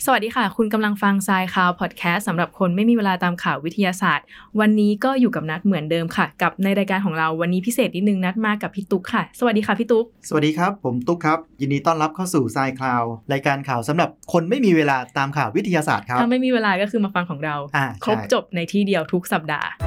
สวัสดีค่ะคุณกำลังฟังทรายข่าวพอดแคสต์สำหรับคนไม่มีเวลาตามข่าววิทยาศาสตร์วันนี้ก็อยู่กับนัดเหมือนเดิมค่ะกับในรายการของเราวันนี้พิเศษนิดนึงนัดมากับพี่ตุ๊กค่ะสวัสดีค่ะพี่ตุ๊กสวัสดีครับผมตุ๊กครับยินดีต้อนรับเข้าสู่ทรายข่าวรายการข่าวสำหรับคนไม่มีเวลาตามข่าววิทยาศาสตร์ครับถ้าไม่มีเวลาก็คือมาฟังของเราครบจบในที่เดียวทุกสัปดาห์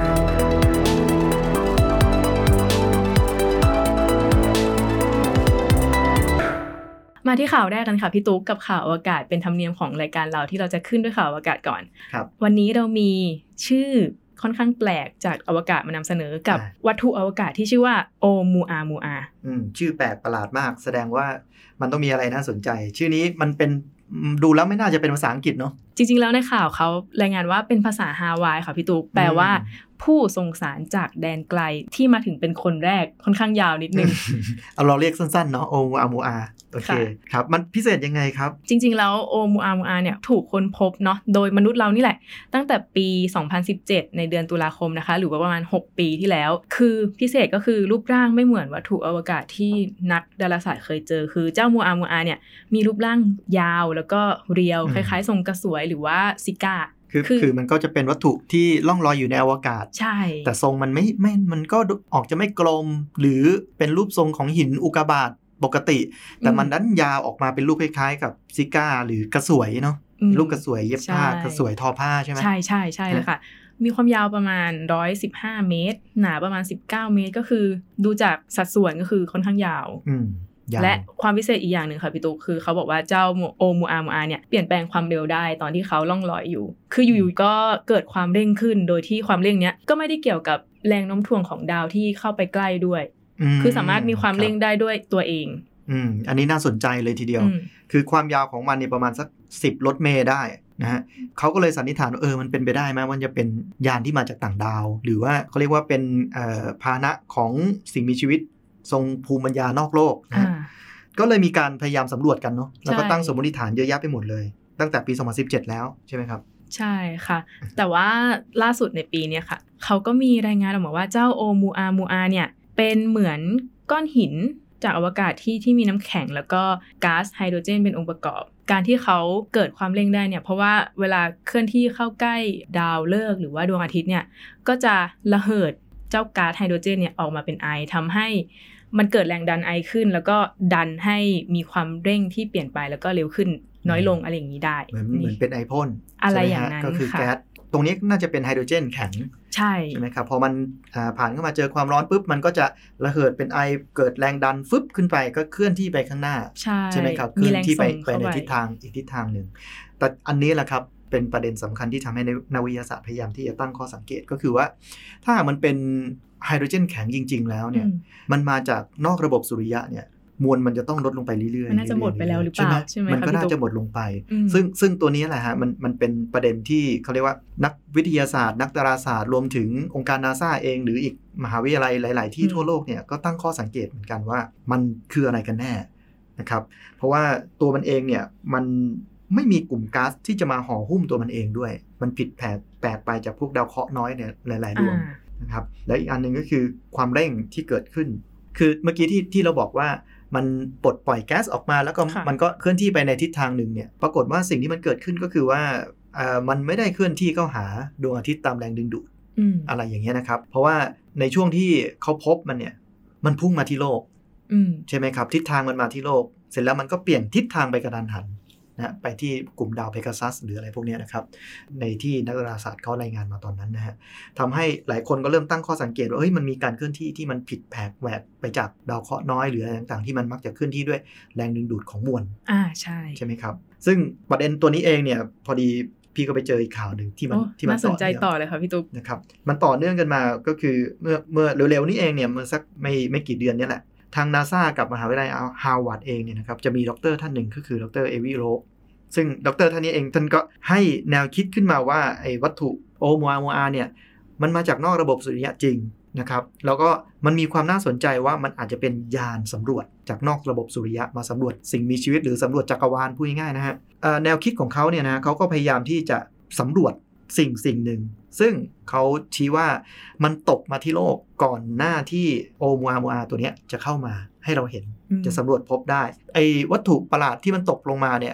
มาที่ข่าวแรกกันค่ะพี่ตุ๊กกับข่าวอวกาศเป็นธรรมเนียมของรายการเราที่เราจะขึ้นด้วยข่าวอวกาศก่อนครับวันนี้เรามีชื่อค่อนข้างแปลกจากอวกาศมานำเสนอกับวัตถุอวกาศที่ชื่อว่าโอมูอามูอาชื่อแปลกประหลาดมากแสดงว่ามันต้องมีอะไรน่าสนใจชื่อนี้มันเป็นดูแล้วไม่น่าจะเป็นภาษาอังกฤษเนาะจริงๆแล้วในข่าวเขารายงานว่าเป็นภาษาฮาวายค่ะพี่ตุ๊กแปลว่าผู้ส่งสารจากแดนไกลที่มาถึงเป็นคนแรกค่อนข้างยาวนิดนึงเอาเราเรียกสั้นๆเนาะโอมูอามูอาโอเคครับมันพิเศษยังไงครับจริงๆแล้วโอมูอามูอาเนี่ยถูกค้นพบเนาะโดยมนุษย์เรานี่แหละตั้งแต่ปี2017ในเดือนตุลาคมนะคะหรือว่าประมาณ6ปีที่แล้วคือพิเศษก็คือรูปร่างไม่เหมือนวัตถุอวกาศที่นักดาราศาสตร์เคยเจอคือเจ้ามูอามูอาเนี่ยมีรูปร่างยาวแล้วก็เรียวคล้ายๆทรงกระสวยหรือว่าซิก้าคือมันก็จะเป็นวัตถุที่ล่องลอยอยู่ในอวกาศใช่แต่ทรงมันไม่มันก็ออกจะไม่กลมหรือเป็นรูปทรงของหินอุกกาบาตปกติแต่มันดันยาวออกมาเป็นรูปคล้ายๆกับซิก้าหรือกระสวยเนาะรูปกระสวยเย็บผ้ากระสวยทอผ้าใช่ไหมใช่เลยค่ะมีความยาวประมาณ115เมตรหนาประมาณ19เมตรก็คือดูจากสัดส่วนก็คือค่อนข้างยาวและความพิเศษอีกอย่างหนึ่งค่ะพี่ตุ๊กคือเขาบอกว่าเจ้าโอมูอามูอาเนี่ยเปลี่ยนแปลงความเร็วได้ตอนที่เขาล่องลอยอยู่คืออยู่ๆก็เกิดความเร่งขึ้นโดยที่ความเร่งเนี้ยก็ไม่ได้เกี่ยวกับแรงโน้มถ่วงของดาวที่เข้าไปใกล้ด้วยคือสามารถมีความเร่งได้ด้วยตัวเองอันนี้น่าสนใจเลยทีเดียวคือความยาวของมันเนี่ยประมาณสัก10รถเมล์ได้นะฮะเขาก็เลยสันนิษฐานว่ามันเป็นไปได้ไหมว่าจะเป็นยานที่มาจากต่างดาวหรือว่าเขาเรียกว่าเป็นพาหนะของสิ่งมีชีวิตทรงภูมิปัญญานอกโลกนะก็เลยมีการพยายามสำรวจกันเนาะแล้วก็ตั้งสมมติฐานเยอะแยะไปหมดเลยตั้งแต่ปี2017แล้วใช่ไหมครับใช่ค่ะแต่ว่าล่าสุดในปีนี้ค่ะเขาก็มีรายงานออกมาว่าเจ้าโอมูอามูอาเนี่ยเป็นเหมือนก้อนหินจากอวกาศที่มีน้ำแข็งแล้วก็ก๊าซไฮโดรเจนเป็นองค์ประกอบการที่เขาเกิดความเร่งได้เนี่ยเพราะว่าเวลาเคลื่อนที่เข้าใกล้ดาวฤกษ์หรือว่าดวงอาทิตย์เนี่ยก็จะระเหิดเจ้าก๊าซไฮโดรเจนเนี่ยออกมาเป็นไอทำให้มันเกิดแรงดันไอขึ้นแล้วก็ดันให้มีความเร่งที่เปลี่ยนไปแล้วก็เร็วขึ้นน้อยลงอะไรอย่างนี้ได้เหมือนเป็นไอพ่นอะไรอย่างนั้นก็คือแก๊สตรงนี้น่าจะเป็นไฮโดรเจนแข็งใช่ไหมครับพอมันผ่านเข้ามาเจอความร้อนปุ๊บมันก็จะระเหิดเป็นไอเกิดแรงดันฟึบขึ้นไปก็เคลื่อนที่ไปข้างหน้าใช่ไหมครับเคลื่อนที่ไปในทิศทางอีกทิศทางหนึ่งแต่อันนี้แหละครับเป็นประเด็นสำคัญที่ทำให้นักวิทยาศาสตร์พยายามที่จะตั้งข้อสังเกตก็คือว่าถ้ามันเป็นไฮโดรเจนแข็งจริงๆแล้วเนี่ยมันมาจากนอกระบบสุริยะเนี่ยมวลมันจะต้องลดลงไปเรื่อยๆมันน่าจะหมดไปแล้วหรือเปล่าใช่ไหมมันก็น่าจะหมดลงไปซึ่งตัวนี้แหละฮะมันเป็นประเด็นที่เขาเรียกว่านักวิทยาศาสตร์นักดาราศาสตร์รวมถึงองค์การ NASA เองหรืออีกมหาวิทยาลัยหลายๆที่ทั่วโลกเนี่ยก็ตั้งข้อสังเกตเหมือนกันว่ามันคืออะไรกันแน่นะครับเพราะว่าตัวมันเองเนี่ยมันไม่มีกลุ่มก๊าซที่จะมาห่อหุ้มตัวมันเองด้วยมันผิดแปลกไปจากพวกดาวเคราะห์น้อยเนี่ยหลายๆดวงนะครับและอีกอันนึงก็คือความเร่งที่เกิดขึ้นคือเมื่อกี้ที่เราบอกว่ามันปลดปล่อยแก๊สออกมาแล้วก็มันก็เคลื่อนที่ไปในทิศทางหนึ่งเนี่ยปรากฏว่าสิ่งที่มันเกิดขึ้นก็คือว่ามันไม่ได้เคลื่อนที่เข้าหาดวงอาทิตย์ตามแรงดึงดูดอะไรอย่างเงี้ยนะครับเพราะว่าในช่วงที่เขาพบมันเนี่ยมันพุ่งมาที่โลกใช่ไหมครับทิศทางมันมาที่โลกเสร็จแล้วมันก็เปลี่ยนทิศทางไปกระทันหันนะไปที่กลุ่มดาวเพกาซัสหรืออะไรพวกนี้นะครับในที่นักดาราศาสตร์เขารายงานมาตอนนั้นนะฮะทำให้หลายคนก็เริ่มตั้งข้อสังเกตว่ามันมีการเคลื่อนที่ที่มันผิดแผกแหวกไปจากดาวเคราะห์น้อยหรืออะไรต่างๆที่มันมักจะเคลื่อนที่ด้วยแรงดึงดูดของมวลใช่ไหมครับซึ่งประเด็นตัวนี้เองเนี่ยพอดีพี่ก็ไปเจออีกข่าวหนึ่งที่มันน่าสนใจต่อเลยค่ะพี่ตุ๊กนะครับมันต่อเนื่องกันมาก็คือเมื่อเร็วๆนี้เองเนี่ยเมื่อสักไม่กี่เดือนนี่แหละทาง NASA กับมหาวิทยาลัยฮาร์วาร์ดเองเนี่ยนะครับจะมีด็อกเตอร์ท่านหนึ่งก็คือดร.เอวิโรซึ่งดร.ท่านนี้เองท่านก็ให้แนวคิดขึ้นมาว่าไอ้วัตถุโอมูอาเนี่ยมันมาจากนอกระบบสุริยะจริงนะครับแล้วก็มันมีความน่าสนใจว่ามันอาจจะเป็นยานสำรวจจากนอกระบบสุริยะมาสำรวจสิ่งมีชีวิตหรือสำรวจจักรวาลพูดง่ายๆนะฮะแนวคิดของเขาเนี่ยนะเขาก็พยายามที่จะสำรวจสิ่งหนึ่งซึ่งเขาชี้ว่ามันตกมาที่โลกก่อนหน้าที่โอมูอาตัวนี้จะเข้ามาให้เราเห็นจะสำรวจพบได้ไอ้วัตถุประหลาดที่มันตกลงมาเนี่ย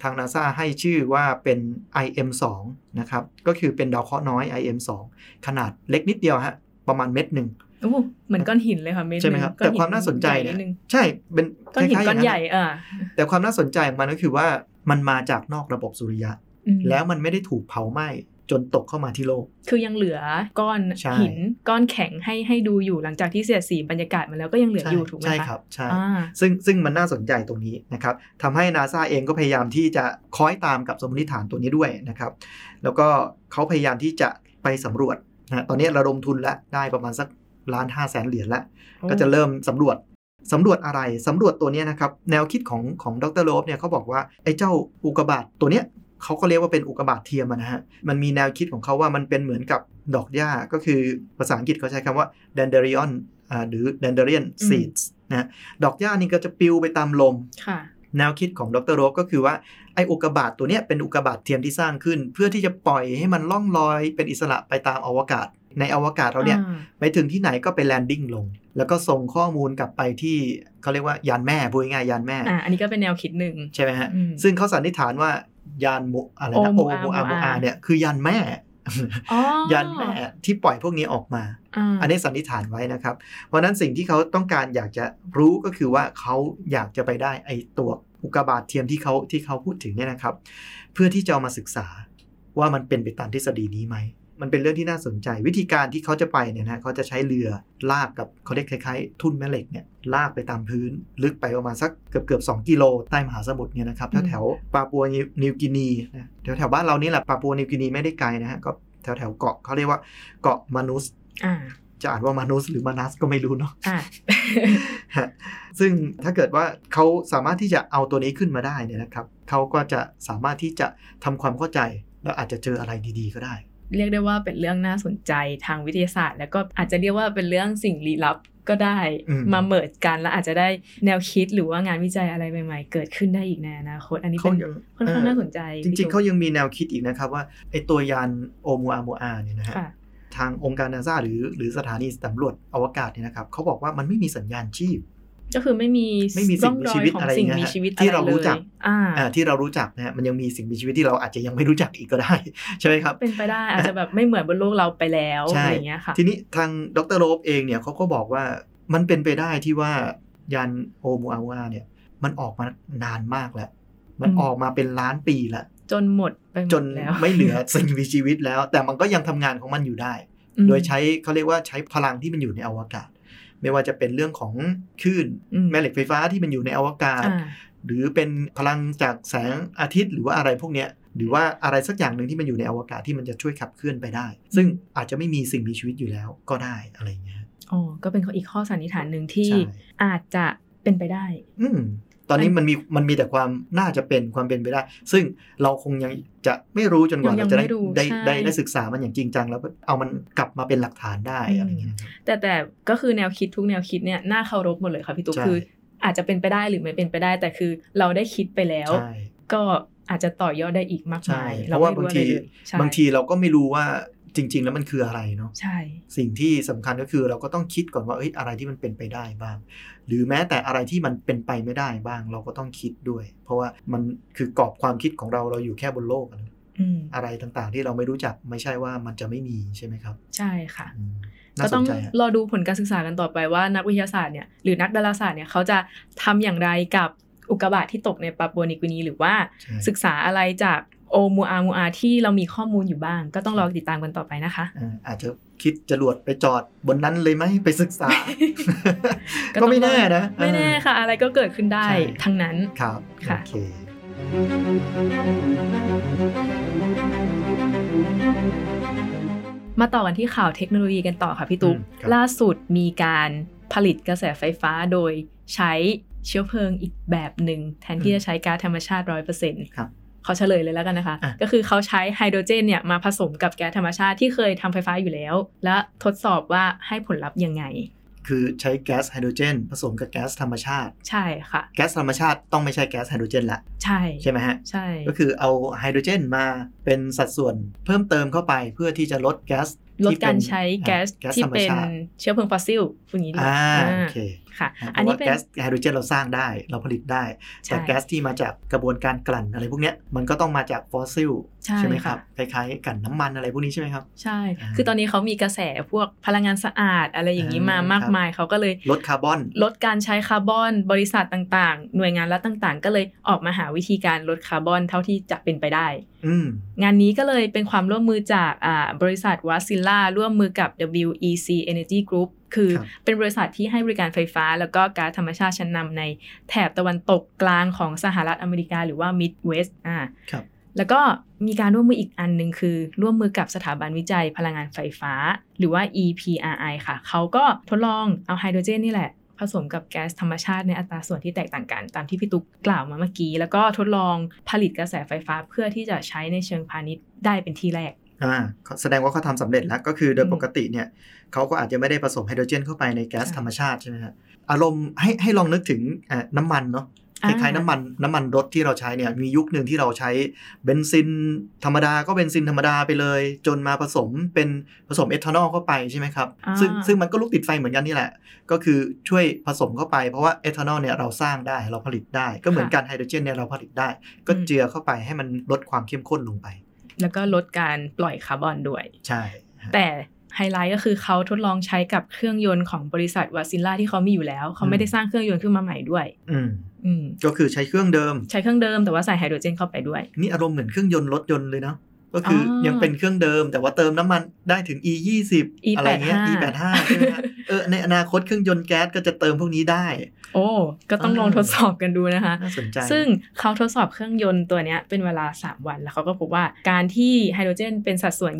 ทาง NASA ให้ชื่อว่าเป็น IM2 นะครับก็คือเป็นดาวเคราะห์น้อย IM2 ขนาดเล็กนิดเดียวฮะประมาณเม็ดนึงโอ้เหมือนก้อนหินเลยค่ะเม็ดนึงใช่ไหมครับแต่ความน่าสนใจเนี่ยใช่เป็นก้อนหินก้อนใหญ่แต่ความน่าสนใจของมันก็คือว่ามันมาจากนอกระบบสุริยะแล้วมันไม่ได้ถูกเผาไหม้จนตกเข้ามาที่โลกคือยังเหลือก้อนหินก้อนแข็งให้ดูอยู่หลังจากที่เสียดสีบรรยากาศมาแล้วก็ยังเหลืออยู่ถูกไหมคะใช่ครับใช่ซึ่งมันน่าสนใจตรงนี้นะครับทำให้ NASA เองก็พยายามที่จะคล้อยตามกับสมมติฐานตัวนี้ด้วยนะครับแล้วก็เขาพยายามที่จะไปสำรวจนะตอนนี้ระดมทุนแล้วได้ประมาณสัก1,500,000 เหรียญแล้วก็จะเริ่มสำรวจอะไรสำรวจตัวนี้นะครับแนวคิดของดร.โลฟเนี่ยเขาบอกว่าไอ้เจ้าอุกกาบาตตัวเนี้ยเขาก็เรียกว่าเป็นอุกกาบาตเทียมนะฮะมันมีแนวคิดของเขาว่ามันเป็นเหมือนกับดอกหญ้าก็คือภาษาอังกฤษเขาใช้คำว่า dandelion หรือ dandelion seeds นะดอกหญ้านี่ก็จะปลิวไปตามลมแนวคิดของดร.โลฟก็คือว่าไอ้อุกกาบาตตัวเนี้ยเป็นอุกกาบาตเทียมที่สร้างขึ้นเพื่อที่จะปล่อยให้มันล่องลอยเป็นอิสระไปตามอวกาศในอวกาศเราเนี่ยไปถึงที่ไหนก็ไปแลนดิ้งลงแล้วก็ส่งข้อมูลกลับไปที่เขาเรียกว่ายานแม่พูดง่ายๆยานแม่อันนี้ก็เป็นแนวคิดหนึ่งใช่ไหมฮะซึ่งเขาสันนิษฐานว่ายานอะไรนะโอมูอาเนี่ยคือยานแม่ยานแม่ที่ปล่อยพวกนี้ออกมาอันนี้สันนิษฐานไว้นะครับเพราะนั้นสิ่งที่เขาต้องการอยากจะรู้ก็คือว่าเขาอยากจะไปได้ไอตัวอุกกาบาตเทียมที่เขาพูดถึงเนี่ยนะครับเพื่อที่จะเอามาศึกษาว่ามันเป็นไปตามทฤษฎีนี้ไหมมันเป็นเรื่องที่น่าสนใจวิธีการที่เขาจะไปเนี่ยนะเขาจะใช้เรือลากกับเขาเรียกคล้ายๆทุ่นแม่เหล็กเนี่ยลากไปตามพื้นลึกไปประมาณสักเกือบ2 กิโลใต้มหาสมุทรเนี่ยนะครับแถวปาปัวนิวกินีนะแถวบ้านเรานี่แหละปาปัวนิวกินีไม่ได้ไกลนะฮะก็แถวเกาะเขาเรียกว่าเกาะมานุสจะอ่านว่ามานุสหรือมานัสก็ไม่รู้เนาะซึ่งถ้าเกิดว่าเขาสามารถที่จะเอาตัวนี้ขึ้นมาได้เนี่ยนะครับเขาก็จะสามารถที่จะทำความเข้าใจแล้วอาจจะเจออะไรดีๆก็ได้เรียกได้ว่าเป็นเรื่องน่าสนใจทางวิทยาศาสตร์แล้วก็อาจจะเรียกว่าเป็นเรื่องสิ่งลี้ลับก็ได้มาเมิร์จกันแล้วอาจจะได้แนวคิดหรือว่างานวิจัยอะไรใหม่ๆเกิดขึ้นได้อีกในอนาคตอันนี้เป็นค่อนข้างน่าสนใจจริงๆเขายังมีแนวคิดอีกนะครับว่าไอ้ตัวยานโอมูอาเนี่ยนะฮะทางองค์การ NASA หรือสถานีสำรวจอวกาศเนี่ยนะครับเขาบอกว่ามันไม่มีสัญญาณชีพก็คือไม่มีสิ่งมีชีวิตอะไรเงี้ยที่เรารู้จักที่เรารู้จักนะฮะมันยังมีสิ่งมีชีวิตที่เราอาจจะยังไม่รู้จักอีกก็ได้ใช่ไหมครับเป็นไปได้อาจจะแบบไม่เหมือนบนโลกเราไปแล้วอะไรเงี้ยค่ะทีนี้ทางดร.โลฟเองเนี่ยเขาก็บอกว่ามันเป็นไปได้ที่ว่ายานโอมูอาเนี่ยมันออกมานานมากแล้วมันออกมาเป็นล้านปีแล้วจนหมดไปหมดแล้วไม่เหลือสิ่งมีชีวิตแล้วแต่มันก็ยังทำงานของมันอยู่ได้โดยใช้เขาเรียกว่าใช้พลังที่มันอยู่ในอวกาศไม่ว่าจะเป็นเรื่องของคลื่นแม่เหล็กไฟฟ้าที่มันอยู่ในอวกาศหรือเป็นพลังจากแสงอาทิตย์หรือว่าอะไรพวกเนี้ยหรือว่าอะไรสักอย่างหนึ่งที่มันอยู่ในอวกาศที่มันจะช่วยขับเคลื่อนไปได้ซึ่งอาจจะไม่มีสิ่งมีชีวิตอยู่แล้วก็ได้อะไรเงี้ยก็เป็นอีกข้อสันนิษฐานหนึ่งที่อาจจะเป็นไปได้ตอนนี้มันมีแต่ความน่าจะเป็นความเป็นไปได้ซึ่งเราคงยังจะไม่รู้จนกว่าเราจะได้ศึกษามันอย่างจริงจังแล้วเอามันกลับมาเป็นหลักฐานได้อะไรอย่างเงี้ยแต่ก็คือแนวคิดทุกแนวคิดเนี่ยน่าเคารพหมดเลยค่ะพี่ตุ๊กคืออาจจะเป็นไปได้หรือไม่เป็นไปได้แต่คือเราได้คิดไปแล้วก็อาจจะต่อยอดได้อีกมากมายเพราะว่าบางทีเราก็ไม่รู้ว่าจริงๆแล้วมันคืออะไรเนาะใช่สิ่งที่สำคัญก็คือเราก็ต้องคิดก่อนว่าอะไรที่มันเป็นไปได้บ้างหรือแม้แต่อะไรที่มันเป็นไปไม่ได้บ้างเราก็ต้องคิดด้วยเพราะว่ามันคือกรอบความคิดของเราอยู่แค่บนโลกนะอะไรต่างๆที่เราไม่รู้จักไม่ใช่ว่ามันจะไม่มีใช่ไหมครับใช่ค่ะก็ต้องรอดูผลการศึกษากันต่อไปว่านักวิทยาศาสตร์เนี่ยหรือนักดาราศาสตร์เนี่ยเขาจะทำอย่างไรกับอุกกาบาตที่ตกในปาปัวนิวกินีหรือว่าศึกษาอะไรจากโอมูอาที่เรามีข้อมูลอยู่บ้างก็ต้องรอติดตามกันต่อไปนะคะอาจจะคิดจรวดไปจอดบนนั้นเลยไหมไปศึกษา ก็ไม่แน่นะไม่แน่ค่ะอะไรก็เกิดขึ้นได้ทั้งนั้นครับค่ะโอเคมาต่อกันที่ข่าวเทคโนโลยีกันต่อค่ะพี่ตุ๊กล่าสุดมีการผลิตกระแสไฟฟ้าโดยใช้เชื้อเพลิงอีกแบบหนึ่งแทนที่จะใช้ก๊าซธรรมชาติ 100% ครับเขาเฉลยเลยแล้วกันนะคะก็คือเขาใช้ไฮโดรเจนเนี่ยมาผสมกับแก๊สธรรมชาติที่เคยทำไฟฟ้าอยู่แล้วและทดสอบว่าให้ผลลัพธ์ยังไงคือใช้แก๊สไฮโดรเจนผสมกับแก๊สธรรมชาติใช่ค่ะแก๊สธรรมชาติต้องไม่ใช่แก๊สไฮโดรเจนละใช่ไหมฮะใช่ก็คือเอาไฮโดรเจนมาเป็นสัดส่วนเพิ่มเติมเข้าไปเพื่อที่จะลดแก๊สลดการใช้แก๊สที่เป็นเชื้อเพลิงฟอสซิลอย่างนี้ดีโอเคค่ะอันนี้เป็นแก๊สไฮโดรเจนเราสร้างได้เราผลิตได้แต่แก๊สที่มาจากกระบวนการกลั่นอะไรพวกนี้มันก็ต้องมาจากฟอสซิลใช่ไหมครับคล้ายๆกันน้ำมันอะไรพวกนี้ใช่ไหมครับใช่คือตอนนี้เขามีกระแสพวกพลังงานสะอาดอะไรอย่างนี้มามากมายเขาก็เลยลดคาร์บอนลดการใช้คาร์บอนบริษัทต่างๆหน่วยงานรัฐต่างๆก็เลยออกมาหาวิธีการลดคาร์บอนเท่าที่จะเป็นไปได้งานนี้ก็เลยเป็นความร่วมมือจากบริษัทวาซิลล่าร่วมมือกับ WEC Energy Group คือเป็นบริษัทที่ให้บริการไฟฟ้าแล้วก็ก๊าซธรรมชาติชั้นนำในแถบตะวันตกกลางของสหรัฐอเมริกาหรือว่า Midwest แล้วก็มีการร่วมมืออีกอันนึงคือร่วมมือกับสถาบันวิจัยพลังงานไฟฟ้าหรือว่า EPRI ค่ะเขาก็ทดลองเอาไฮโดรเจนนี่แหละผสมกับแก๊สธรรมชาติในอัตราส่วนที่แตกต่างกันตามที่พี่ตุ๊กกล่าวมาเมื่อกี้แล้วก็ทดลองผลิตกระแสไฟฟ้าเพื่อที่จะใช้ในเชิงพาณิชย์ได้เป็นที่แรกแสดงว่าเขาทำสำเร็จแล้วก็คือโดยปกติเนี่ยเขาก็อาจจะไม่ได้ผสมไฮโดรเจนเข้าไปในแก๊สธรรมชาติใช่ไหมครับอารมณ์ให้ลองนึกถึงน้ำมันเนาะคล้ายๆน้ำมันรถที่เราใช้เนี่ยมียุคนึงที่เราใช้เบนซินธรรมดาก็เบนซินธรรมดาไปเลยจนมาผสมเอทานอลเข้าไปใช่ไหมครับซึ่งมันก็ลุกติดไฟเหมือนกันนี่แหละก็คือช่วยผสมเข้าไปเพราะว่าเอทานอลเนี่ยเราสร้างได้เราผลิตได้ก็เหมือนกันไฮโดรเจนเนี่ยเราผลิตได้ก็เจือเข้าไปให้มันลดความเข้มข้นลงไปแล้วก็ลดการปล่อยคาร์บอนด้วยใช่แต่ไฮไลท์ก็คือเขาทดลองใช้กับเครื่องยนต์ของบริษัทวาซิลล่าที่เขามีอยู่แล้วเขาไม่ได้สร้างเครื่องยนต์ขึ้นมาใหม่ด้วยก็คือใช้เครื่องเดิมแต่ว่าใส่ไฮโดรเจนเข้าไปด้วยนี่อารมณ์เหมือนเครื่องยนต์รถยนต์เลยเนาะก็คือยังเป็นเครื่องเดิมแต่ว่าเติมน้ำมันได้ถึง E20 อะไรเงี้ย E85 ใช่ไหมครับในอนาคตเครื่องยนต์แก๊สก็จะเติมพวกนี้ได้โอ้ก็ต้องลองทดสอบกันดูนะคะน่าสนใจซึ่งเขาทดสอบเครื่องยนต์ตัวนี้เป็นเวลา3วันแล้วเขาก็พบว่าการที่ไฮโดรเจนเป็นสัดส่วน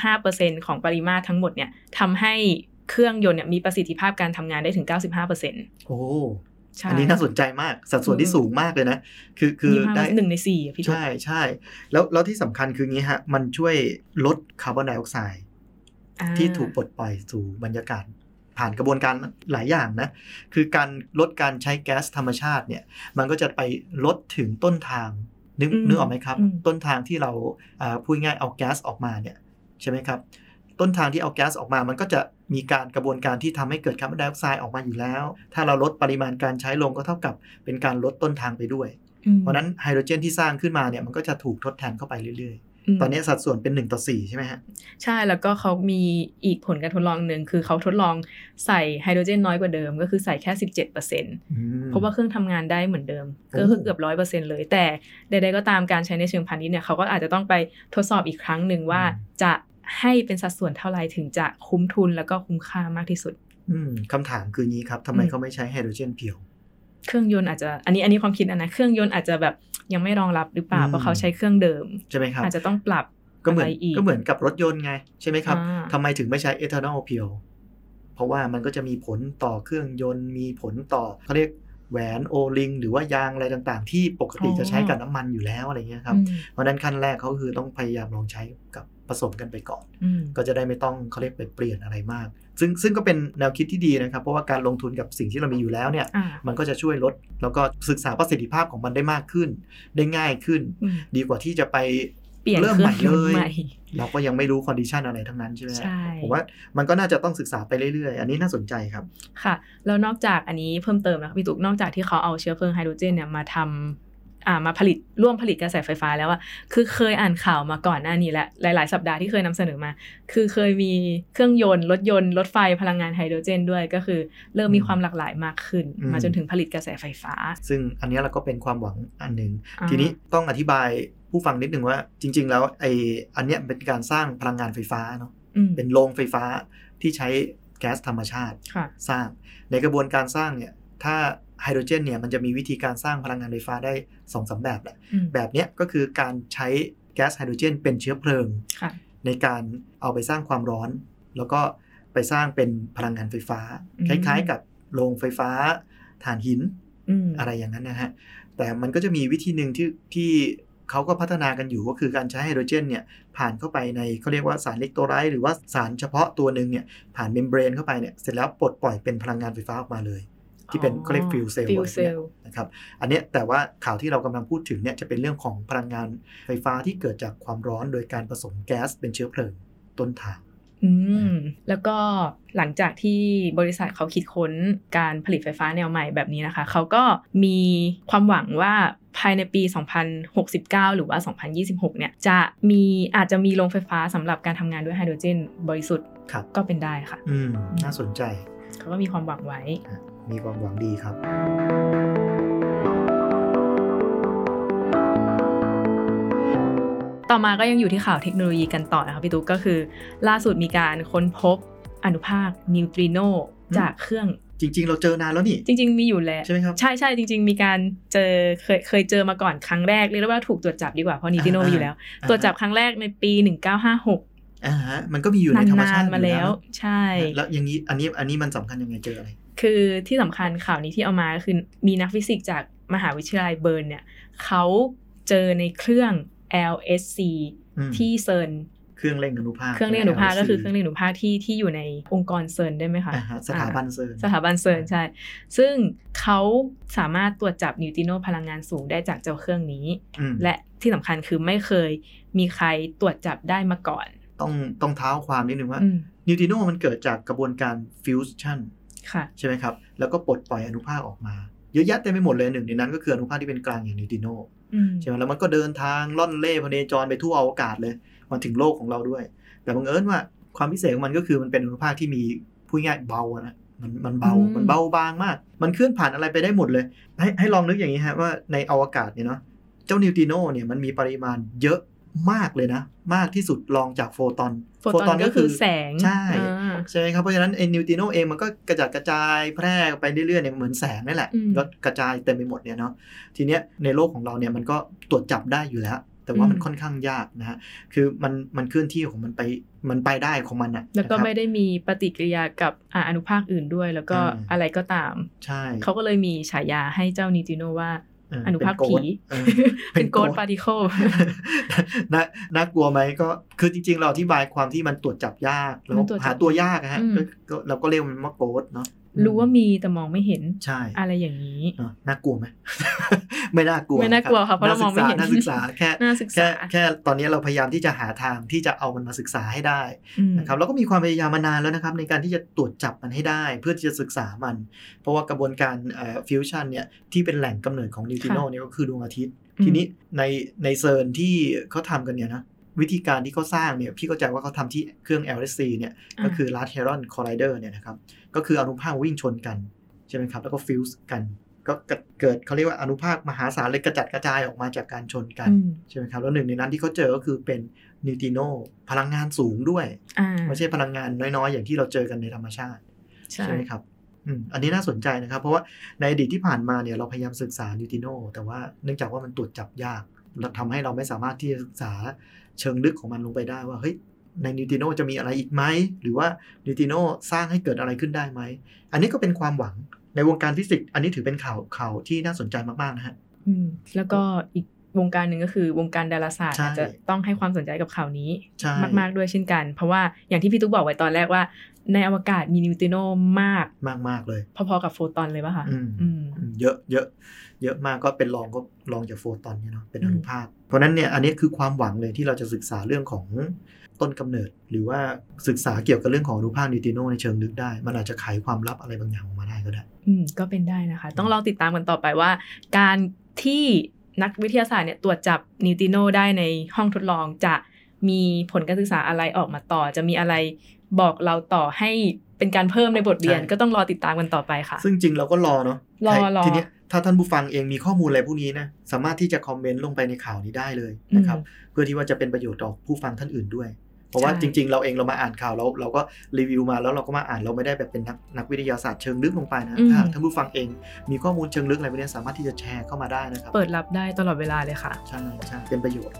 25% ของปริมาตรทั้งหมดเนี่ยทำให้เครื่องยนต์เนี่ยมีประสิทธิภาพการทำงานได้ถึง 95% โอ้อันนี้น่าสนใจมากสัดส่วนที่สูงมากเลยนะคือได้1 ใน 4พี่ตุ๊กใช่แล้วที่สำคัญคืองี้ฮะมันช่วยลดคาร์บอนไดออกไซด์ที่ถูกปลดปล่อยสู่บรรยากาศผ่านกระบวนการหลายอย่างนะคือการลดการใช้แก๊สธรรมชาติเนี่ยมันก็จะไปลดถึงต้นทางนึกออกไหมครับต้นทางที่เราพูดง่ายเอาแก๊สออกมาเนี่ยใช่ไหมครับต้นทางที่เอาแก๊สออกมามันก็จะมีการกระบวนการที่ทำให้เกิดคาร์บอนไดออกไซด์ออกมาอยู่แล้วถ้าเราลดปริมาณการใช้ลงก็เท่ากับเป็นการลดต้นทางไปด้วยเพราะนั้นไฮโดรเจนที่สร้างขึ้นมาเนี่ยมันก็จะถูกทดแทนเข้าไปเรื่อยๆตอนนี้สัดส่วนเป็น1:4ใช่ไหมฮะใช่แล้วก็เขามีอีกผลการทดลองหนึ่งคือเขาทดลองใส่ไฮโดรเจนน้อยกว่าเดิมก็คือใส่แค่ 17% เพราะว่าเครื่องทำงานได้เหมือนเดิมก็คือเกือบ 100% เลยแต่ใดๆก็ตามการใช้ในเชิงพาณิชย์เนี่ยเขาก็อาจจะต้องไปทดสอบอีกครั้งหนึ่งว่าจะให้เป็นสัดส่วนเท่าไหร่ถึงจะคุ้มทุนแล้วก็คุ้มค่ามากที่สุดคำถามคืองี้ครับทำไมเขาไม่ใช้ไฮโดรเจนเพียวเครื่องยนต์อาจจะอันนี้ความคิดนะเครื่องยนต์อาจจะแบบยังไม่รองรับหรือเปล่าเพราะเขาใช้เครื่องเดิมใช่ไหมครับอาจจะต้องปรับก็เหมือนกับรถยนต์ไงใช่ไหมครับทำไมถึงไม่ใช้เอทานอลเพียวเพราะว่ามันก็จะมีผลต่อเครื่องยนต์มีผลต่อเขาเรียกแหวนโอลิงหรือว่ายางอะไรต่างๆที่ปกติจะใช้กับน้ำมันอยู่แล้วอะไรเงี้ยครับเพราะนั้นขั้นแรกเขาคือต้องพยายามลองใช้กับผสมกันไปก่อนก็จะได้ไม่ต้องเขาเรียกไปเปลี่ยนอะไรมากซึ่งก็เป็นแนวคิดที่ดีนะครับเพราะว่าการลงทุนกับสิ่งที่เรามีอยู่แล้วเนี่ยมันก็จะช่วยลดแล้วก็ศึกษาประสิทธิภาพของมันได้มากขึ้นได้ง่ายขึ้นดีกว่าที่จะไปเริ่มใหม่เลยเราก็ยังไม่รู้คอนดิชันอะไรทั้งนั้นใช่ไหมผมว่ามันก็น่าจะต้องศึกษาไปเรื่อยๆอันนี้น่าสนใจครับค่ะแล้วนอกจากอันนี้เพิ่มเติมนะพี่ตุ๊กนอกจากที่เขาเอาเชื้อเพลิงไฮโดรเจนเนี่ยมาทำมาร่วมผลิตกระแสไฟฟ้าแล้วอะคือเคยอ่านข่าวมาก่อนหน้านี้และหลายๆสัปดาห์ที่เคยนำเสนอมาคือเคยมีเครื่องยนต์รถยนต์รถไฟพลังงานไฮโดรเจนด้วยก็คือเริ่มมีความหลากหลายมากขึ้นมาจนถึงผลิตกระแสไฟฟ้าซึ่งอันนี้เราก็เป็นความหวังอันนึงทีนี้ต้องอธิบายผู้ฟังนิดนึงว่าจริงๆแล้วอันเนี้ยเป็นการสร้างพลังงานไฟฟ้าเนาะเป็นโรงไฟฟ้าที่ใช้แก๊สธรรมชาติสร้างในกระบวนการสร้างเนี่ยถ้าไฮโดรเจนเนี่ยมันจะมีวิธีการสร้างพลังงานไฟฟ้าได้ 2-3 แบบแหละแบบนี้ก็คือการใช้แก๊สไฮโดรเจนเป็นเชื้อเพลิงในการเอาไปสร้างความร้อนแล้วก็ไปสร้างเป็นพลังงานไฟฟ้าคล้ายๆกับโรงไฟฟ้าถ่านหินอะไรอย่างนั้นนะฮะแต่มันก็จะมีวิธีหนึ่งที่เขาก็พัฒนากันอยู่ก็คือการใช้ไฮโดรเจนเนี่ยผ่านเข้าไปในเขาเรียกว่าสารอิเล็กโทรไลต์หรือว่าสารเฉพาะตัวนึงเนี่ยผ่านเมมเบรนเข้าไปเนี่ยเสร็จแล้วปลดปล่อยเป็นพลังงานไฟฟ้าออกมาเลยที่เป็นเขาเรียกฟิวเซลนะครับอันนี้แต่ว่าข่าวที่เรากำลังพูดถึงเนี่ยจะเป็นเรื่องของพลังงานไฟฟ้าที่เกิดจากความร้อนโดยการผสมแก๊สเป็นเชื้อเพลิงต้นทางแล้วก็หลังจากที่บริษัทเขาคิดค้นการผลิตไฟฟ้าแนวใหม่แบบนี้นะคะเขาก็มีความหวังว่าภายในปี 2069 หรือว่า 2026 เนี่ยอาจจะมีโรงไฟฟ้าสำหรับการทำงานด้วยไฮโดรเจนบริสุทธิ์ก็เป็นได้ค่ะน่าสนใจเขาก็มีความหวังไว้มีความหวังดีครับต่อมาก็ยังอยู่ที่ข่าวเทคโนโลยีกันต่อนะคะพี่ตุ๊กก็คือล่าสุดมีการค้นพบอนุภาคนิวตริโนจากเครื่องจริงๆเราเจอนานแล้วนี่จริงๆมีอยู่แล้วใช่ไหมครับใช่ๆจริงๆมีการเคยเจอมาก่อนครั้งแรกเรียกว่าถูกตรวจจับดีกว่าเพราะนิวตริโนมีอยู่แล้วตรวจจับครั้งแรกในปี1956 มันก็มีอยู่ในธรรมชาติมาแล้วใช่แล้วอย่างนี้อันนี้มันสำคัญยังไงเจออะไรคือที่สำคัญข่าวนี้ที่เอามาคือมีนักฟิสิกส์จากมหาวิทยาลัยเบิร์นเนี่ยเขาเจอในเครื่อง LSC ที่เซิร์นเครื่องเร่งอนุภาคก็คือเครื่องเร่งอนุภาคที่อยู่ในองค์กรเซิร์นได้ไหมคะสถาบันเซิร์นใช่ซึ่งเขาสามารถตรวจจับนิวตริโนพลังงานสูงได้จากเจ้าเครื่องนี้และที่สำคัญคือไม่เคยมีใครตรวจจับได้มาก่อนต้องเท้าความนิดนึงว่านิวตริโนมันเกิดจากกระบวนการฟิวชั่นใช่ไหมครับแล้วก็ปลดปล่อยอนุภาคออกมาเยอะแยะเต็มไปหมดเลยหนึ่งในนั้นก็คืออนุภาคที่เป็นกลางอย่างนิวตริโนใช่ไหมแล้วมันก็เดินทางล่อนเล่พเนจรไปทั่วอวกาศเลยมาถึงโลกของเราด้วยแต่บังเอิญว่าความพิเศษของมันก็คือมันเป็นอนุภาคที่มีพูดง่ายเบานะมันเบาบางมากมันเคลื่อนผ่านอะไรไปได้หมดเลยให้ลองนึกอย่างนี้ฮะว่าในอวกาศเนี่ยเนาะเจ้านิวตริโนเนี่ยมันมีปริมาณเยอะมากเลยนะมากที่สุดรองจากโฟตอนก็คือแสงใช่ครับเพราะฉะนั้นไอ้นิวตริโนเองมันก็กระจัดกระจายแพร่ไปเรื่อยๆเนี่ยเหมือนแสงนั่นแหละก็กระจายเต็มไปหมดเนี่ยเนาะทีเนี้ยในโลกของเราเนี่ยมันก็ตรวจจับได้อยู่แล้วแต่ว่ามันค่อนข้างยากนะฮะคือมันเคลื่อนที่ของมันไปได้ของมันอ่ะแล้วก็ไม่ได้มีปฏิกิริยากับอนุภาคอื่นด้วยแล้วก็อะไรก็ตามใช่เขาก็เลยมีฉายาให้เจ้านิวตริโนว่าอนุภาคผีเป็นโกลด์พาร์ติเคิลน่ากลัวไหมก็คือจริงๆเราอธิบายความที่มันตรวจจับยากแล้วหาตัวยากฮะเราก็เรียกมันว่าโกลด์เนาะรู้ว่ามีแต่มองไม่เห็นใช่อะไรอย่างนี้น่ากลัวไหม ไม่น่ากลัวค่ะเพราะเรามองไม่เห็นน่าศึกษาแค่ตอนนี้เราพยายามที่จะหาทางที่จะเอามันมาศึกษาให้ได้นะครับแล้วก็มีความพยายามมานานแล้วนะครับในการที่จะตรวจจับมันให้ได้เพื่อที่จะศึกษามันเพราะว่ากระบวนการฟิวชั่นเนี่ยที่เป็นแหล่งกำเนิดของนิวตริโนเนี่ยก็คือดวงอาทิตย์ทีนี้ในเซิร์นที่เขาทำกันเนี่ยนะวิธีการที่เขาสร้างเนี่ยพี่เข้าใจว่าเขาทำที่เครื่อง LHC เนี่ยก็คือ Large Hadron Collider เนี่ยนะครับก็คืออนุภาควิ่งชนกันใช่ไหมครับแล้วก็ฟิวส์กันก็เกิดเขาเรียกว่าอนุภาคมหาศาลเลยกระจัดกระจายออกมาจากการชนกันใช่ไหมครับแล้วหนึ่งในนั้นที่เขาเจอก็คือเป็นนิวตริโนพลังงานสูงด้วยไม่ใช่พลังงานน้อยๆอย่างที่เราเจอกันในธรรมชาติใช่ไหมครับอันนี้น่าสนใจนะครับเพราะว่าในอดีตที่ผ่านมาเนี่ยเราพยายามศึกษานิวตริโนแต่ว่าเนื่องจากว่ามันตรวจจับยากเราทำให้เราไม่สามารถที่จะศึกษาเชิงลึกของมันลงไปได้ว่าเฮ้ยในนิวตริโนจะมีอะไรอีกไหมหรือว่านิวตริโนสร้างให้เกิดอะไรขึ้นได้ไหมอันนี้ก็เป็นความหวังในวงการฟิสิกส์อันนี้ถือเป็นข่าวที่น่าสนใจมากๆนะฮะแล้วก็อีกวงการหนึ่งก็คือวงการดาราศาสตร์อาจจะต้องให้ความสนใจกับข่าวนี้มากๆด้วยเช่นกันเพราะว่าอย่างที่พี่ตุ๊กบอกไว้ตอนแรกว่าในอวกาศมีนิวตริโนมากเลยพอๆกับโฟตอนเลยป่ะคะเยอะมากก็เป็นรองจากโฟตอนเนี่ยเนาะเป็นอนุภาคเพราะนั้นเนี่ยอันนี้คือความหวังเลยที่เราจะศึกษาเรื่องของต้นกำเนิดหรือว่าศึกษาเกี่ยวกับเรื่องของอนุภาคนิวตริโนในเชิงลึกได้มันอาจจะไขความลับอะไรบางอย่างออกมาได้ก็ได้ก็เป็นได้นะคะต้องลองติดตามกันต่อไปว่าการที่นักวิทยาศาสตร์เนี่ยตรวจจับนิวตริโนได้ในห้องทดลองจะมีผลการศึกษาอะไรออกมาต่อจะมีอะไรบอกเราต่อให้เป็นการเพิ่มในบทเรียนก็ต้องรอติดตามกันต่อไปค่ะซึ่งจริงเราก็รอเนาะรอทีนี้ถ้าท่านผู้ฟังเองมีข้อมูลอะไรพวกนี้นะสามารถที่จะคอมเมนต์ลงไปในข่าวนี้ได้เลยนะครับเพื่อที่ว่าจะเป็นประโยชน์ต่อผู้ฟังท่านอื่นด้วยเพราะว่าจริงๆเราเองเรามาอ่านข่าวเราก็รีวิวมาแล้วเราก็มาอ่านเราไม่ได้แบบเป็นนักวิทยาศาสตร์เชิงลึกลงไปนะถ้าท่านผู้ฟังเองมีข้อมูลเชิงลึกอะไรพวกนี้สามารถที่จะแชร์เข้ามาได้นะครับเปิดรับได้ตลอดเวลาเลยค่ะใช่เป็นประโยชน์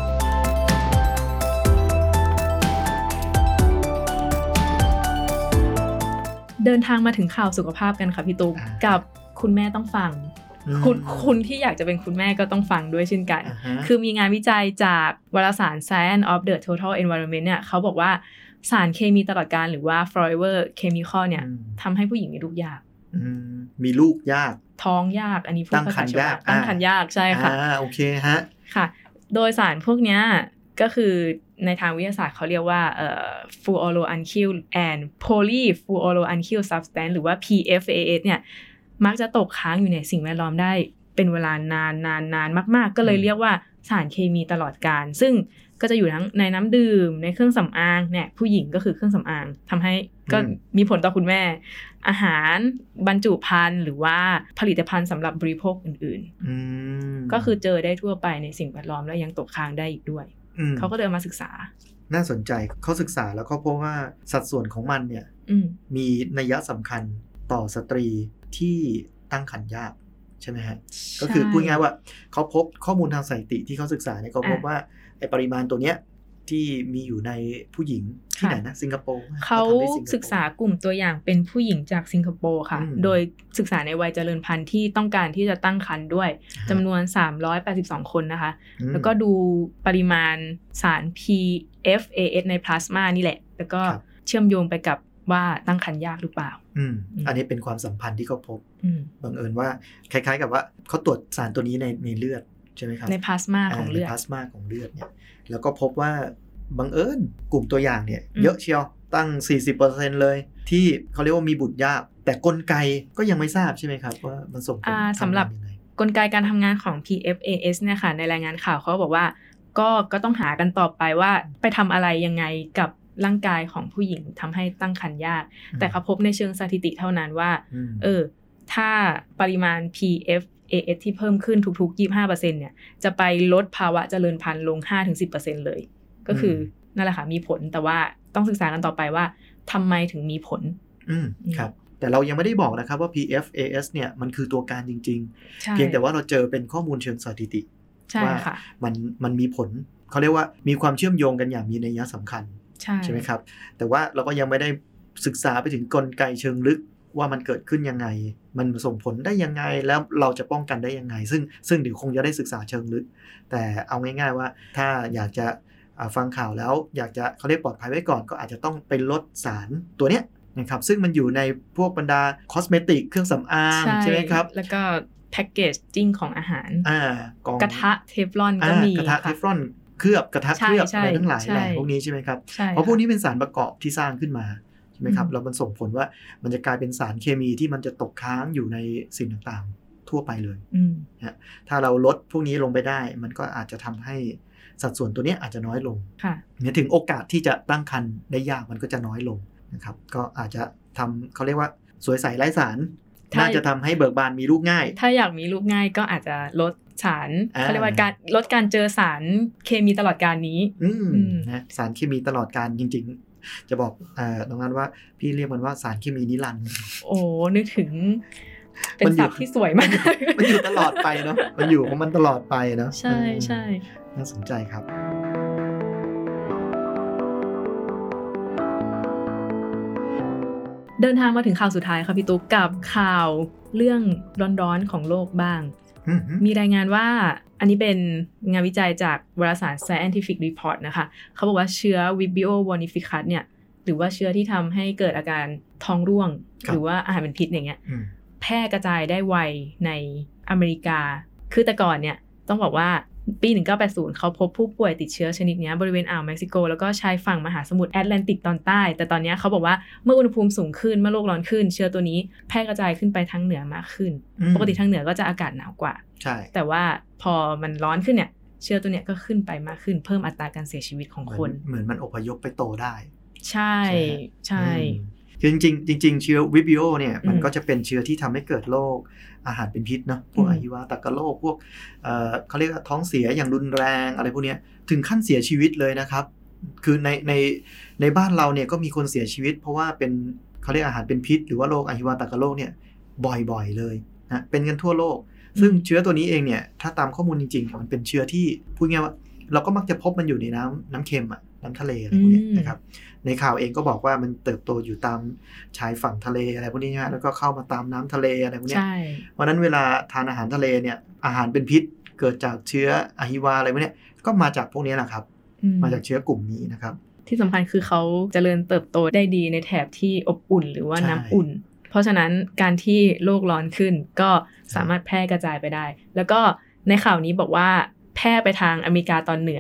เดินทางมาถึงข่าวสุขภาพกันค่ะพี่ตุ๊กกับคุณแม่ต้องฟังคุณที่อยากจะเป็นคุณแม่ก็ต้องฟังด้วยเช่นกันคือมีงานวิจัยจากวารสาร Science of the Total Environment เนี่ยเขาบอกว่าสารเคมีตลอดกาลหรือว่า forever chemical เนี่ยทำให้ผู้หญิงมีลูกยากมีลูกยากท้องยากอันนี้พูดภาษาชาวบ้านตั้งครรภ์ยากใช่ค่ะโอเคฮะค่ะโดยสารพวกเนี้ยก็คือในทางวิทยาศาสตร์เขาเรียกว่าfluoroalkyl and polyfluoroalkyl substance หรือว่า PFAS เนี่ยมักจะตกค้างอยู่ในสิ่งแวดล้อมได้เป็นเวลานานมากๆก็เลยเรียกว่าสารเคมีตลอดกาลซึ่งก็จะอยู่ทั้งในน้ำดื่มในเครื่องสำอางเนี่ยผู้หญิงก็คือเครื่องสำอางทำให้ก็มีผลต่อคุณแม่อาหารบรรจุภัณฑ์หรือว่าผลิตภัณฑ์สำหรับบริโภคอื่นๆก็คือเจอได้ทั่วไปในสิ่งแวดล้อมแล้วยังตกค้างได้อีกด้วยเขาก็เลยมาศึกษาน่าสนใจเขาศึกษาแล้วก็พบว่าสัดส่วนของมันเนี่ยมีนัยสำคัญต่อสตรีที่ตั้งครรภ์ยากใช่ไหมฮะก็คือพูดง่ายว่าเขาพบข้อมูลทางสถิติที่เขาศึกษาเนี่ยเขาพบว่าไอปริมาณตัวเนี้ยที่มีอยู่ในผู้หญิงที่ไหนนะสิงคโปร์เขาศึกษากลุ่มตัวอย่างเป็นผู้หญิงจากสิงคโปร์ค่ะโดยศึกษาในวัยเจริญพันธุ์ที่ต้องการที่จะตั้งครรภ์ด้วยจำนวน382คนนะคะแล้วก็ดูปริมาณสาร PFAS ในพลาสมานี่แหละแล้วก็เชื่อมโยงไปกับว่าตั้งครรภ์ยากหรือเปล่าอันนี้เป็นความสัมพันธ์ที่เขาพบบังเอิญว่าคล้ายๆกับว่าเขาตรวจสารตัวนี้ในเลือดใช่ไหมครับในพลาสมาของเลือดในพลาสมาของเลือดเนี่ยแล้วก็พบว่าบังเอิญกลุ่มตัวอย่างเนี่ยเยอะเชียวตั้ง 40% เลยที่เขาเรียกว่ามีบุตรยากแต่กลไกก็ยังไม่ทราบใช่ไหมครับว่ามันส่งผลสำหรับกลไกการทำงานของ PFAS เนี่ยค่ะในรายงานข่าวเขาบอกว่าก็ต้องหากันต่อไปว่าไปทำอะไรยังไงกับร่างกายของผู้หญิงทำให้ตั้งครรภ์ยากแต่เขาพบในเชิงสถิติเท่านั้นว่าถ้าปริมาณ PFAS ที่เพิ่มขึ้นทุกๆ 25% เนี่ยจะไปลดภาวะเจริญพันธุ์ลง 5-10% เลยก็คือนั่นแหละค่ะมีผลแต่ว่าต้องศึกษากันต่อไปว่าทำไมถึงมีผลครับแต่เรายังไม่ได้บอกนะครับว่า PFAS เนี่ยมันคือตัวการจริงๆเพียงแต่ว่าเราเจอเป็นข้อมูลเชิงสถิติว่ามันมีผลเขาเรียกว่ามีความเชื่อมโยงกันอย่างมีนัยสำคัญใช่ไหมครับแต่ว่าเราก็ยังไม่ได้ศึกษาไปถึงกลไกเชิงลึกว่ามันเกิดขึ้นยังไงมันส่งผลได้ยังไงแล้วเราจะป้องกันได้ยังไงซึ่งเดี๋ยวคงจะได้ศึกษาเชิงลึกแต่เอาง่ายๆว่าถ้าอยากจะฟังข่าวแล้วอยากจะเขาเรียกปลอดภัยไว้ก่อนก็อาจจะต้องไปลดสารตัวเนี้ยนะครับซึ่งมันอยู่ในพวกบรรดาคอสเมติกเครื่องสำอางใช่ไหมครับแล้วก็แพ็กเกจจิ้งของอาหารกระทะเทฟลอนก็มีกระทะเทฟลอนเคลือบกระทะเคลือบอะไรทั้งหลายแหล่พวกนี้ใช่ไหมครับเพราะพวกนี้เป็นสารประกอบที่สร้างขึ้นมาใช่ไหมครับแล้วมันส่งผลว่ามันจะกลายเป็นสารเคมีที่มันจะตกค้างอยู่ในสิ่งต่างๆทั่วไปเลยนะถ้าเราลดพวกนี้ลงไปได้มันก็อาจจะทำให้สัดส่วนตัวนี้อาจจะน้อยลงเนี่ยถึงโอกาสที่จะตั้งครรภ์ได้ยากมันก็จะน้อยลงนะครับก็อาจจะทำเขาเรียกว่าสวยใสไร้สารน่าจะทำให้เบิกบานมีลูกง่ายถ้าอยากมีลูกง่ายก็อาจจะลดสารเขาเรียกว่าการลดการเจอสารเคมีตลอดกาลนี้นะสารเคมีตลอดกาลจริงๆจะบอกน้องนันว่าพี่เรียกมันว่าสารเคมีนิรันดร์โอ้นึกถึงเป็นศัพท์ที่สวยมากมันอยู่ตลอดไปเนาะมันอยู่ของมันตลอดไปเนาะใช่ใช่น่าสนใจครับเดินทางมาถึงข่าวสุดท้ายค่ะพี่ตุ๊กกับข่าวเรื่องร้อนๆของโลกบ้างมีรายงานว่าอันนี้เป็นงานวิจัยจากวารสาร Scientific Report นะคะเขาบอกว่าเชื้อ Vibrio vinificus เนี่ยหรือว่าเชื้อที่ทำให้เกิดอาการท้องร่วงหรือว่าอาหารเป็นพิษอย่างเงี้ยแพร่กระจายได้ไวในอเมริกาคือแต่ก่อนเนี่ยต้องบอกว่าปี 1980เขาพบผู้ป่วยติดเชื้อชนิดนี้บริเวณอ่าวเม็กซิโกแล้วก็ชายฝั่งมหาสมุทรแอตแลนติกตอนใต้แต่ตอนนี้เขาบอกว่าเมื่ออุณหภูมิสูงขึ้นเมื่อโลกร้อนขึ้นเชื้อตัวนี้แพร่กระจายขึ้นไปทางเหนือมากขึ้นปกติทางเหนือก็จะอากาศหนาวกว่าใช่แต่ว่าพอมันร้อนขึ้นเนี่ยเชื้อตัวเนี้ยก็ขึ้นไปมากขึ้นเพิ่มอัตราการเสียชีวิตของคนเหมือนมันอพยพไปโตได้ใช่ใช่คือจริงเชื้อวิบริโอเนี่ยมันก็จะเป็นเชื้อที่ทำให้เกิดโรคอาหารเป็นพิษเนาะพวกอหิวาตกโรคพวกเขาเรียกว่าท้องเสียอย่างรุนแรงอะไรพวกนี้ถึงขั้นเสียชีวิตเลยนะครับคือในบ้านเราเนี่ยก็มีคนเสียชีวิตเพราะว่าเป็นเขาเรียกอาหารเป็นพิษหรือว่าโรคอหิวาตกโรคเนี่ยบ่อยๆเลยนะเป็นกันทั่วโลกซึ่งเชื้อตัวนี้เองเนี่ยถ้าตามข้อมูลจริงๆมันเป็นเชื้อที่พูดง่ายว่าเราก็มักจะพบมันอยู่ในน้ำเค็มอะน้ำทะเลอะไรพวกนี้นะครับในข่าวเองก็บอกว่ามันเติบโตอยู่ตามชายฝั่งทะเลอะไรพวกนี้นะแล้วก็เข้ามาตามน้ำทะเลอะไรพวกนี้เพราะนั้นเวลาทานอาหารทะเลเนี่ยอาหารเป็นพิษเกิดจากเชื้ออหิวาอะไรพวกนี้ก็มาจากพวกนี้แหละครับมาจากเชื้อกลุ่มนี้นะครับที่สำคัญคือเขาเจริญเติบโตได้ดีในแถบที่อบอุ่นหรือว่าน้ำอุ่นเพราะฉะนั้นการที่โลกร้อนขึ้นก็สามารถแพร่กระจายไปได้แล้วก็ในข่าวนี้บอกว่าแพร่ไปทางอเมริกาตอนเหนือ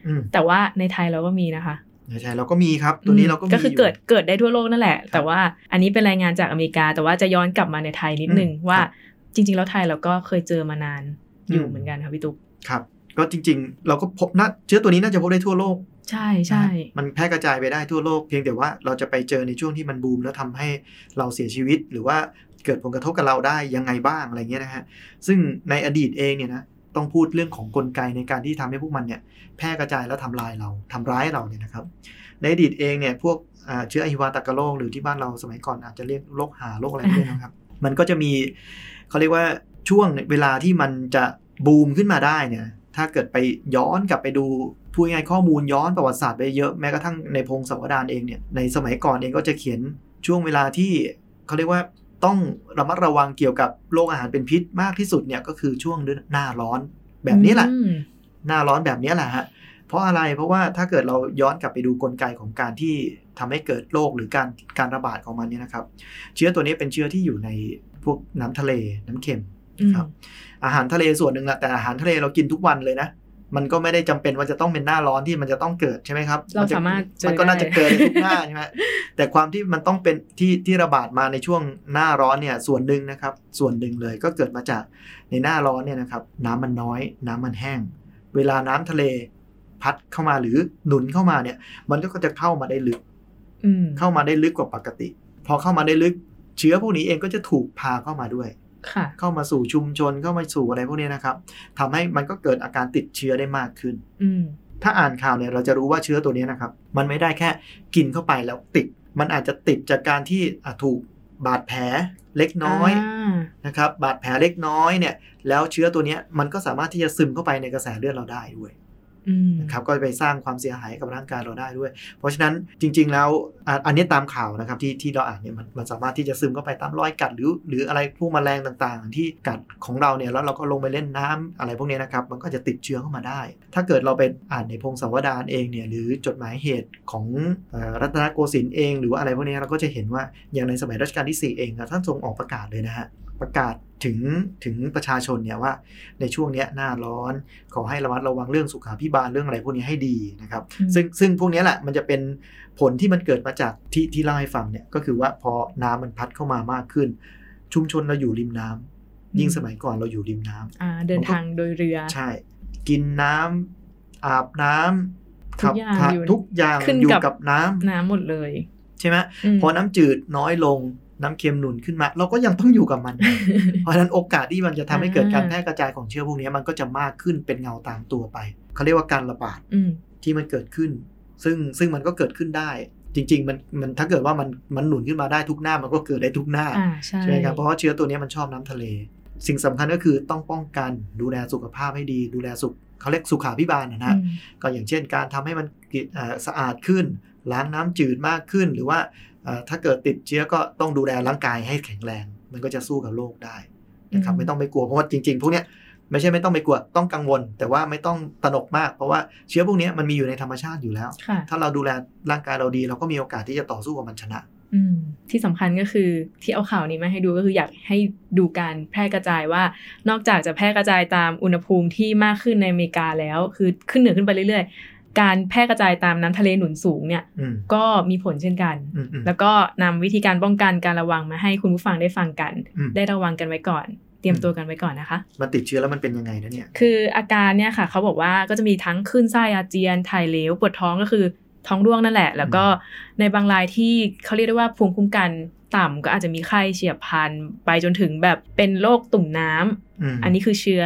แต่ว่าในไทยเราก็มีนะคะในไทยเราก็มีครับตัวนี้เราก็มีก็คือเกิดได้ทั่วโลกนั่นแหละแต่ว่าอันนี้เป็นรายงานจากอเมริกาแต่ว่าจะย้อนกลับมาในไทยนิดนึงว่าจริงๆแล้วไทยเราก็เคยเจอมานานอยู่เหมือนกันค่ะพี่ตุ๊กครับก็จริงๆเราก็พบเชื้อตัวนี้น่าจะพบได้ทั่วโลกใช่ใช่มันแพร่กระจายไปได้ทั่วโลกเพียงแต่ว่าเราจะไปเจอในช่วงที่มันบูมแล้วทำให้เราเสียชีวิตหรือว่าเกิดผลกระทบกับเราได้ยังไงบ้างอะไรเงี้ยนะฮะซึ่งในอดีตเองเนี่ยนะต้องพูดเรื่องของกลไกในการที่ทำให้พวกมันเนี่ยแพร่กระจายแล้วทำร้ายเราเนี่ยนะครับในอดีตเองเนี่ยพวกเชื้ออหิวาตกโรคหรือที่บ้านเราสมัยก่อนอาจจะเรียกโรคหาโรคอะไรด้วยนะครับมันก็จะมีเขาเรียกว่าช่วงเวลาที่มันจะบูมขึ้นมาได้เนี่ยถ้าเกิดไปย้อนกลับไปดูพูดง่ายข้อมูลย้อนประวัติศาสตร์ไปเยอะแม้กระทั่งในพงศาวดารเองเนี่ยในสมัยก่อนเองก็จะเขียนช่วงเวลาที่เขาเรียกว่าต้องระมัดระวังเกี่ยวกับโรคอาหารเป็นพิษมากที่สุดเนี่ยก็คือช่วงหน้าร้อนแบบนี้แหละหน้าร้อนแบบนี้แหละฮะเพราะอะไรเพราะว่าถ้าเกิดเราย้อนกลับไปดูกลไกของการที่ทำให้เกิดโรคหรือการระบาดของมันเนี่ยนะครับเชื้อตัวนี้เป็นเชื้อที่อยู่ในพวกน้ำทะเลน้ำเค็มครับอาหารทะเลส่วนหนึ่งแหละแต่อาหารทะเลเรากินทุกวันเลยนะมันก็ไม่ได้จำเป็นว่าจะต้องเป็นหน้าร้อนที่มันจะต้องเกิดใช่ไหมครับเราสามารถมันก็น่าจะเกิดทุกหน้าใช่ไหมแต่ความที่มันต้องเป็นที่ระบาดมาในช่วงหน้าร้อนเนี่ยส่วนหนึ่งนะครับส่วนหนึ่งเลยก็เกิดมาจากในหน้าร้อนเนี่ยนะครับน้ำมันน้อยน้ำมันแห้งเวลาน้ำทะเลพัดเข้ามาหรือหนุนเข้ามาเนี่ยมันก็จะเข้ามาได้ลึกเข้ามาได้ลึกกว่าปกติพอเข้ามาได้ลึกเชื้อพวกนี้เองก็จะถูกพาเข้ามาด้วยเข้ามาสู่ชุมชนเข้ามาสู่อะไรพวกนี้นะครับทำให้มันก็เกิดอาการติดเชื้อได้มากขึ้นถ้าอ่านข่าวเนี่ยเราจะรู้ว่าเชื้อตัวนี้นะครับมันไม่ได้แค่กินเข้าไปแล้วติดมันอาจจะติดจากการที่ถูกบาดแผลเล็กน้อยนะครับบาดแผลเล็กน้อยเนี่ยแล้วเชื้อตัวนี้มันก็สามารถที่จะซึมเข้าไปในกระแสเลือดเราได้ด้วยนะครับก็ไปสร้างความเสียหายกับร่างกายเราได้ด้วยเพราะฉะนั้นจริงๆแล้วอันนี้ตามข่าวนะครับที่เราอ่านเนี่ยมันสามารถที่จะซึมเข้าไปตามรอยกัดหรืออะไรพวกแมลงต่างๆที่กัดของเราเนี่ยแล้วเราก็ลงไปเล่นน้ำอะไรพวกนี้นะครับมันก็จะติดเชื้อเข้ามาได้ถ้าเกิดเราไปอ่านในพงศาวดารเองเนี่ยหรือจดหมายเหตุของรัตนโกสินทร์เองหรือว่าอะไรพวกนี้เราก็จะเห็นว่าอย่างในสมัยรัชกาลที่4เองท่านทรงออกประกาศเลยนะฮะประกาศถึงประชาชนเนี่ยว่าในช่วงนี้หน้าร้อนขอให้ระมัดระวังเรื่องสุขาภิบาลเรื่องอะไรพวกนี้ให้ดีนะครับซึ่งพวกนี้แหละมันจะเป็นผลที่มันเกิดมาจากที่เล่าให้ฟังเนี่ยก็คือว่าพอน้ำมันพัดเข้ามามากขึ้นชุมชนเราอยู่ริมน้ำยิ่งสมัยก่อนเราอยู่ริมน้ำเดินทางโดยเรือใช่กินน้ำอาบน้ำขับถ่ายทุกอย่างอยู่กับน้ำหมดเลยใช่ไหมพอน้ำจืดน้อยลงน้ำเค็มหนุนขึ้นมาเราก็ยังต้องอยู่กับมัน เพราะฉะนั้นโอกาสที่มันจะทำให้เกิดการแพร่กระจายของเชื้อพวกนี้มันก็จะมากขึ้นเป็นเงาตามตัวไปเขาเรียกว่าการระบาดที่มันเกิดขึ้นซึ่งมันก็เกิดขึ้นได้จริงๆมันถ้าเกิดว่ามันหนุนขึ้นมาได้ทุกหน้ามันก็เกิดได้ทุกหน้าใช่ไหมครับเพราะว่าเชื้อตัวนี้มันชอบน้ำทะเลสิ่งสำคัญก็คือต้องป้องกันดูแลสุขภาพให้ดีดูแลเขาเรียกสุขาภิบาลนะก็อย่างเช่นการทำให้มันสะอาดขึ้นล้างน้ำจืดมากขึ้นหรือว่าถ้าเกิดติดเชื้อก็ต้องดูแลร่างกายให้แข็งแรงมันก็จะสู้กับโรคได้นะครับไม่ต้องไปกลัวเพราะว่าจริงๆพวกนี้ไม่ใช่ไม่ต้องไปกลัวต้องกังวลแต่ว่าไม่ต้องตระหนกมากเพราะว่าเชื้อพวกนี้มันมีอยู่ในธรรมชาติอยู่แล้วถ้าเราดูแลร่างกายเราดีเราก็มีโอกาสที่จะต่อสู้กับมันชนะที่สำคัญก็คือที่เอาข่าวนี้มาให้ดูก็คืออยากให้ดูการแพร่กระจายว่านอกจากจะแพร่กระจายตามอุณหภูมิที่มากขึ้นในอเมริกาแล้วคือขึ้นเหนือขึ้นไปเรื่อยๆการแพร่กระจายตามน้ำทะเลหนุนสูงเนี่ยก็มีผลเช่นกันแล้วก็นำวิธีการป้องกันการระวังมาให้คุณผู้ฟังได้ฟังกันได้ระวังกันไว้ก่อนเตรียมตัวกันไว้ก่อนนะคะมันติดเชื้อแล้วมันเป็นยังไงนะเนี่ยคืออาการเนี่ยค่ะเขาบอกว่าก็จะมีทั้งคลื่นไส้อาเจียนถ่ายเหลวปวดท้องก็คือท้องร่วงนั่นแหละแล้วก็ในบางรายที่เขาเรียกได้ว่าภูมิคุ้มกันต่ำก็อาจจะมีไข้เฉียบพลันไปจนถึงแบบเป็นโรคตุ่มน้ำอันนี้คือเชื้อ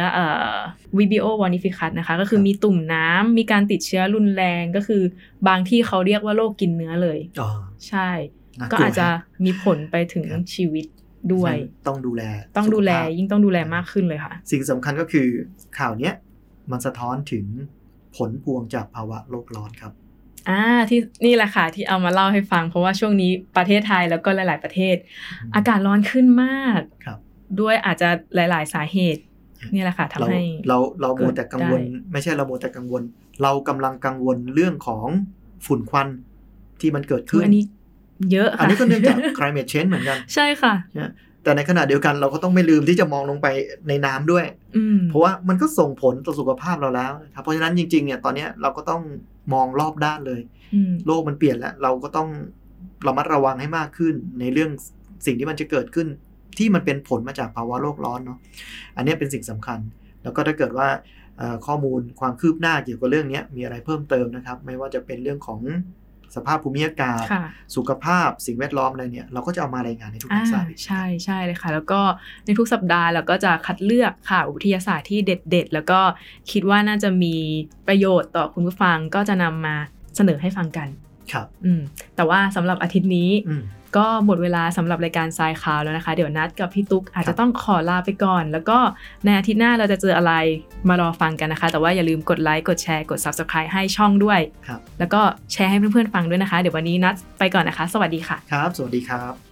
Vibrio vinificus นะคะก็คือมีตุ่มน้ำมีการติดเชื้อรุนแรงก็คือบางที่เขาเรียกว่าโรคกินเนื้อเลยใช่ก็อาจจะมีผลไปถึงชีวิตด้วยต้องดูแลยิ่งต้องดูแลมากขึ้นเลยค่ะสิ่งสำคัญก็คือข่าวนี้มันสะท้อนถึงผลพวงจากภาวะโลกร้อนครับที่นี่แหละค่ะที่เอามาเล่าให้ฟังเพราะว่าช่วงนี้ประเทศไทยแล้วก็หลายๆประเทศอากาศร้อนขึ้นมากด้วยอาจจะหลายๆสาเหตุนี่แหละค่ะทำให้เราโมแต่กังวลไม่ใช่เราโมแต่กังวลเรากำลังกังวลเรื่องของฝุ่นควันที่มันเกิดขึ้นอันนี้เยอะค่ะอันนี้ก็เนื่องจาก climate change เหมือนกันใช่ค่ะแต่ในขณะเดียวกันเราก็ต้องไม่ลืมที่จะมองลงไปในน้ำด้วยเพราะว่ามันก็ส่งผลต่อสุขภาพเราแล้วนะครับเพราะฉะนั้นจริงๆเนี่ยตอนนี้เราก็ต้องมองรอบด้านเลยโลกมันเปลี่ยนแล้วเราก็ต้องระมัดระวังให้มากขึ้นในเรื่องสิ่งที่มันจะเกิดขึ้นที่มันเป็นผลมาจากภาวะโลกร้อนเนาะอันนี้เป็นสิ่งสำคัญแล้วก็ถ้าเกิดว่าข้อมูลความคืบหน้าเกี่ยวกับเรื่องนี้มีอะไรเพิ่มเติมนะครับไม่ว่าจะเป็นเรื่องของสภาพภูมิอากาศสุขภาพสิ่งแวดล้อมอะไรเนี่ยเราก็จะเอามารายงานในทุกๆสัปดาห์ใช่ใช่เลยค่ะแล้วก็ในทุกสัปดาห์เราก็จะคัดเลือกข่าววิทยาศาสตร์ที่เด็ดๆแล้วก็คิดว่าน่าจะมีประโยชน์ต่อคุณผู้ฟังก็จะนำมาเสนอให้ฟังกันครับแต่ว่าสำหรับอาทิตย์นี้ก็หมดเวลาสำหรับรายการทรายข่าวแล้วนะคะเดี๋ยวนัดกับพี่ตุ๊กอาจจะต้องขอลาไปก่อนแล้วก็ในอาทิตย์หน้าเราจะเจออะไรมารอฟังกันนะคะแต่ว่าอย่าลืมกดไลค์กดแชร์กด Subscribe ให้ช่องด้วยแล้วก็แชร์ให้เพื่อนๆฟังด้วยนะคะเดี๋ยววันนี้นัดไปก่อนนะคะสวัสดีค่ะครับสวัสดีครับ